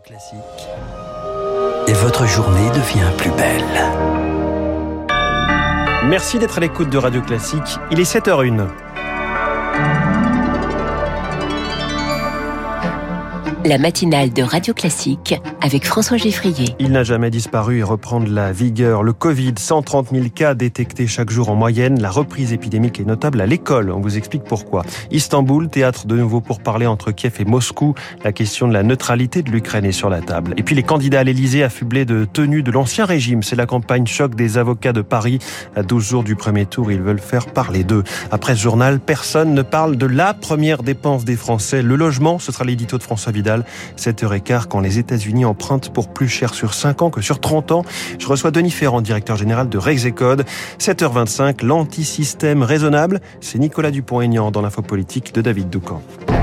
Classique. Et votre journée devient plus belle. Merci d'être à l'écoute de Radio Classique. Il est 7h01. La matinale de Radio Classique avec François Geffrier. Il n'a jamais disparu et reprend de la vigueur. Le Covid, 130 000 cas détectés chaque jour en moyenne. La reprise épidémique est notable à l'école. On vous explique pourquoi. Istanbul, théâtre de nouveau pour parler entre Kiev et Moscou. La question de la neutralité de l'Ukraine est sur la table. Et puis les candidats à l'Élysée affublés de tenues de l'ancien régime. C'est la campagne choc des avocats de Paris. À 12 jours du premier tour, ils veulent faire parler d'eux. Après ce journal, personne ne parle de la première dépense des Français. Le logement, ce sera l'édito de François Vidal. 7h15 quand les États-Unis empruntent pour plus cher sur 5 ans que sur 30 ans. Je reçois Denis Ferrand, directeur général de Rexecode. 7h25, l'antisystème raisonnable. C'est Nicolas Dupont-Aignan dans l'info politique de David Doucan.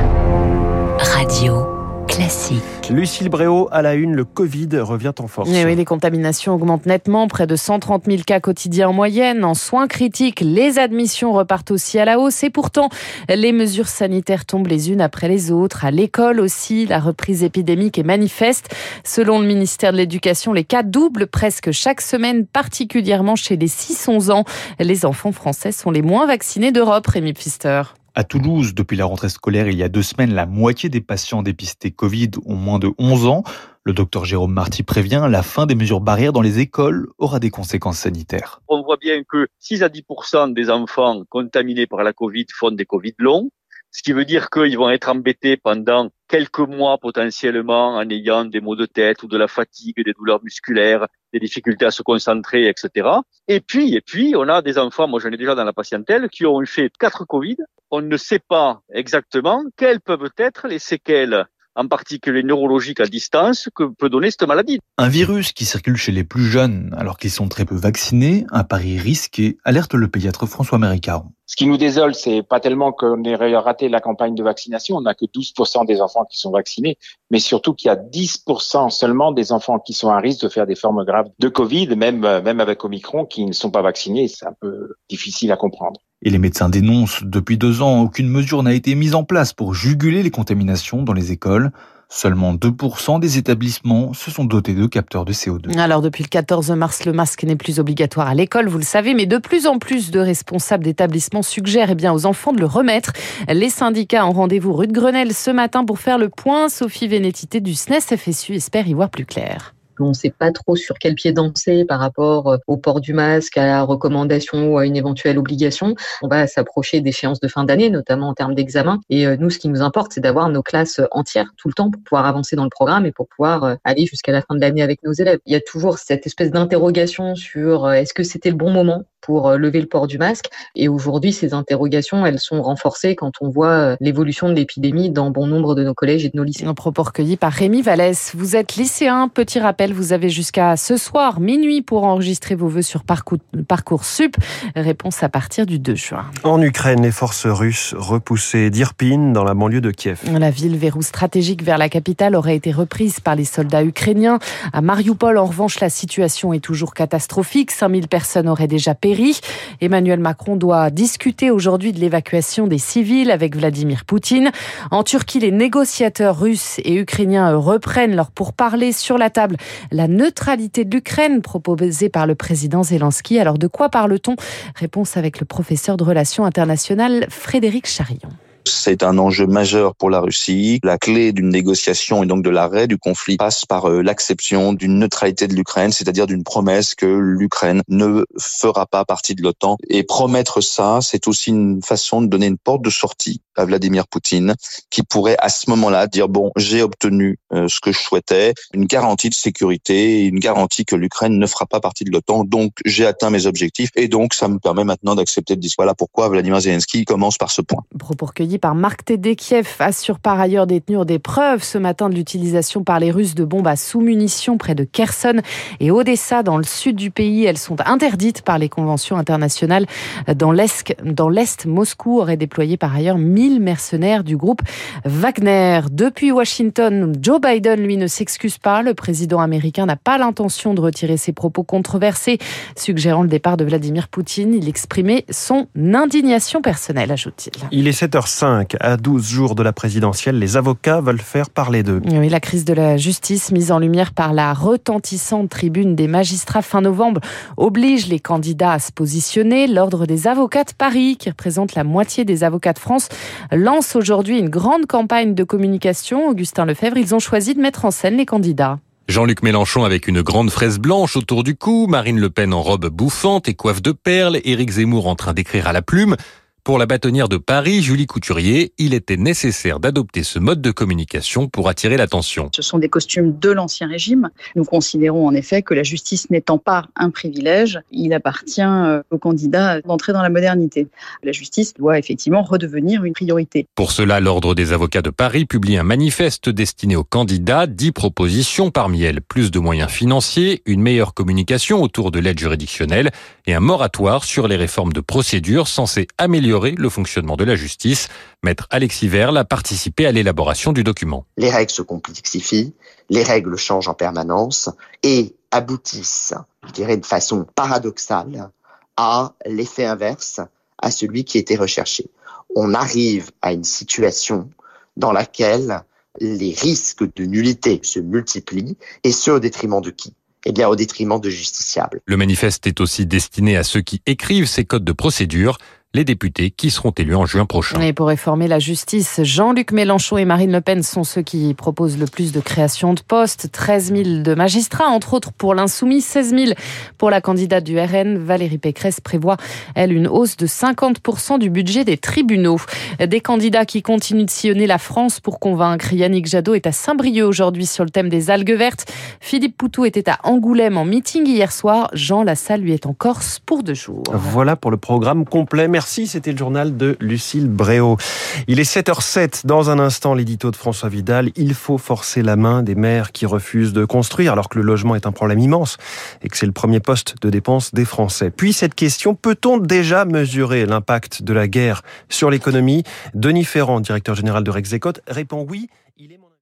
Radio Classique. Lucille Bréau, à la une, le Covid revient en force. Et oui, les contaminations augmentent nettement, près de 130 000 cas quotidiens en moyenne. En soins critiques, les admissions repartent aussi à la hausse. Et pourtant, les mesures sanitaires tombent les unes après les autres. À l'école aussi, la reprise épidémique est manifeste. Selon le ministère de l'Éducation, les cas doublent presque chaque semaine, particulièrement chez les 6-11 ans. Les enfants français sont les moins vaccinés d'Europe, Rémi Pfister. À Toulouse, depuis la rentrée scolaire, il y a 2 semaines, la moitié des patients dépistés Covid ont moins de 11 ans. Le docteur Jérôme Marty prévient, la fin des mesures barrières dans les écoles aura des conséquences sanitaires. On voit bien que 6 à 10% des enfants contaminés par la Covid font des Covid longs, ce qui veut dire qu'ils vont être embêtés pendant quelques mois potentiellement en ayant des maux de tête ou de la fatigue, des douleurs musculaires, des difficultés à se concentrer, etc. Et puis, on a des enfants, moi j'en ai déjà dans la patientèle, qui ont fait 4 Covid. On ne sait pas exactement quelles peuvent être les séquelles, en particulier neurologiques à distance, que peut donner cette maladie. Un virus qui circule chez les plus jeunes alors qu'ils sont très peu vaccinés, un pari risqué, alerte le pédiatre François Méricaron. Ce qui nous désole, c'est pas tellement qu'on ait raté la campagne de vaccination, on n'a que 12% des enfants qui sont vaccinés, mais surtout qu'il y a 10% seulement des enfants qui sont à risque de faire des formes graves de Covid, même avec Omicron, qui ne sont pas vaccinés. C'est un peu difficile à comprendre. Et les médecins dénoncent, depuis 2 ans, aucune mesure n'a été mise en place pour juguler les contaminations dans les écoles. Seulement 2% des établissements se sont dotés de capteurs de CO2. Alors depuis le 14 mars, le masque n'est plus obligatoire à l'école, vous le savez, mais de plus en plus de responsables d'établissements suggèrent aux enfants de le remettre. Les syndicats ont rendez-vous rue de Grenelle ce matin pour faire le point. Sophie Vénétité du SNES FSU espère y voir plus clair. On ne sait pas trop sur quel pied danser par rapport au port du masque, à la recommandation ou à une éventuelle obligation. On va s'approcher d'échéances de fin d'année, notamment en termes d'examen. Et nous, ce qui nous importe, c'est d'avoir nos classes entières tout le temps pour pouvoir avancer dans le programme et pour pouvoir aller jusqu'à la fin de l'année avec nos élèves. Il y a toujours cette espèce d'interrogation sur est-ce que c'était le bon moment pour lever le port du masque. Et aujourd'hui, ces interrogations, elles sont renforcées quand on voit l'évolution de l'épidémie dans bon nombre de nos collèges et de nos lycées. Un propos recueilli par Rémi Vallès. Vous êtes lycéen, petit rappel, vous avez jusqu'à ce soir, minuit, pour enregistrer vos vœux sur Parcoursup. Réponse à partir du 2 juin. En Ukraine, les forces russes repoussées d'Irpin, dans la banlieue de Kiev. La ville, verrou stratégique vers la capitale, aurait été reprise par les soldats ukrainiens. À Mariupol, en revanche, la situation est toujours catastrophique. 5000 personnes auraient déjà péri. Emmanuel Macron doit discuter aujourd'hui de l'évacuation des civils avec Vladimir Poutine. En Turquie, les négociateurs russes et ukrainiens reprennent leur pourparlers sur la table. La neutralité de l'Ukraine proposée par le président Zelensky. Alors de quoi parle-t-on ? Réponse avec le professeur de relations internationales Frédéric Charillon. C'est un enjeu majeur pour la Russie. La clé d'une négociation et donc de l'arrêt du conflit passe par l'acception d'une neutralité de l'Ukraine, c'est-à-dire d'une promesse que l'Ukraine ne fera pas partie de l'OTAN. Et promettre ça, c'est aussi une façon de donner une porte de sortie à Vladimir Poutine, qui pourrait à ce moment-là dire bon, j'ai obtenu ce que je souhaitais, une garantie de sécurité, une garantie que l'Ukraine ne fera pas partie de l'OTAN, donc j'ai atteint mes objectifs et donc ça me permet maintenant d'accepter de dire voilà pourquoi Vladimir Zelensky commence par ce point. Propos recueillis par Marc Tédé. Kiev assure par ailleurs détenir des preuves ce matin de l'utilisation par les Russes de bombes à sous-munitions près de Kherson et Odessa dans le sud du pays. Elles sont interdites par les conventions internationales. Dans l'Est, Moscou aurait déployé par ailleurs 1000 mercenaires du groupe Wagner. Depuis Washington, Joe Biden, lui, ne s'excuse pas. Le président américain n'a pas l'intention de retirer ses propos controversés, suggérant le départ de Vladimir Poutine. Il exprimait son indignation personnelle, ajoute-t-il. Il est 7h05. 5. À 12 jours de la présidentielle, les avocats veulent faire parler d'eux. Oui, la crise de la justice mise en lumière par la retentissante tribune des magistrats fin novembre oblige les candidats à se positionner. L'Ordre des avocats de Paris, qui représente la moitié des avocats de France, lance aujourd'hui une grande campagne de communication. Augustin Lefebvre, ils ont choisi de mettre en scène les candidats. Jean-Luc Mélenchon avec une grande fraise blanche autour du cou, Marine Le Pen en robe bouffante et coiffe de perles, Éric Zemmour en train d'écrire à la plume. Pour la bâtonnière de Paris, Julie Couturier, il était nécessaire d'adopter ce mode de communication pour attirer l'attention. Ce sont des costumes de l'Ancien Régime. Nous considérons en effet que la justice n'étant pas un privilège, il appartient aux candidats d'entrer dans la modernité. La justice doit effectivement redevenir une priorité. Pour cela, l'Ordre des avocats de Paris publie un manifeste destiné aux candidats, 10 propositions, parmi elles plus de moyens financiers, une meilleure communication autour de l'aide juridictionnelle et un moratoire sur les réformes de procédure censées améliorer le fonctionnement de la justice. Maître Alexis Verle a participé à l'élaboration du document. Les règles se complexifient, les règles changent en permanence et aboutissent, je dirais de façon paradoxale, à l'effet inverse à celui qui était recherché. On arrive à une situation dans laquelle les risques de nullité se multiplient, et ce au détriment de qui ? Eh bien, au détriment de justiciables. Le manifeste est aussi destiné à ceux qui écrivent ces codes de procédure, les députés qui seront élus en juin prochain. Et pour réformer la justice, Jean-Luc Mélenchon et Marine Le Pen sont ceux qui proposent le plus de création de postes. 13 000 de magistrats, entre autres pour l'Insoumis, 16 000 pour la candidate du RN. Valérie Pécresse prévoit, elle, une hausse de 50% du budget des tribunaux. Des candidats qui continuent de sillonner la France pour convaincre. Yannick Jadot est à Saint-Brieuc aujourd'hui sur le thème des algues vertes. Philippe Poutou était à Angoulême en meeting hier soir. Jean Lassalle, lui, est en Corse pour 2 jours. Voilà pour le programme complet. Merci, c'était le journal de Lucille Bréau. Il est 7h07. Dans un instant, l'édito de François Vidal. Il faut forcer la main des maires qui refusent de construire alors que le logement est un problème immense et que c'est le premier poste de dépense des Français. Puis cette question, peut-on déjà mesurer l'impact de la guerre sur l'économie ? Denis Ferrand, directeur général de Rexecode, répond oui. Il est mon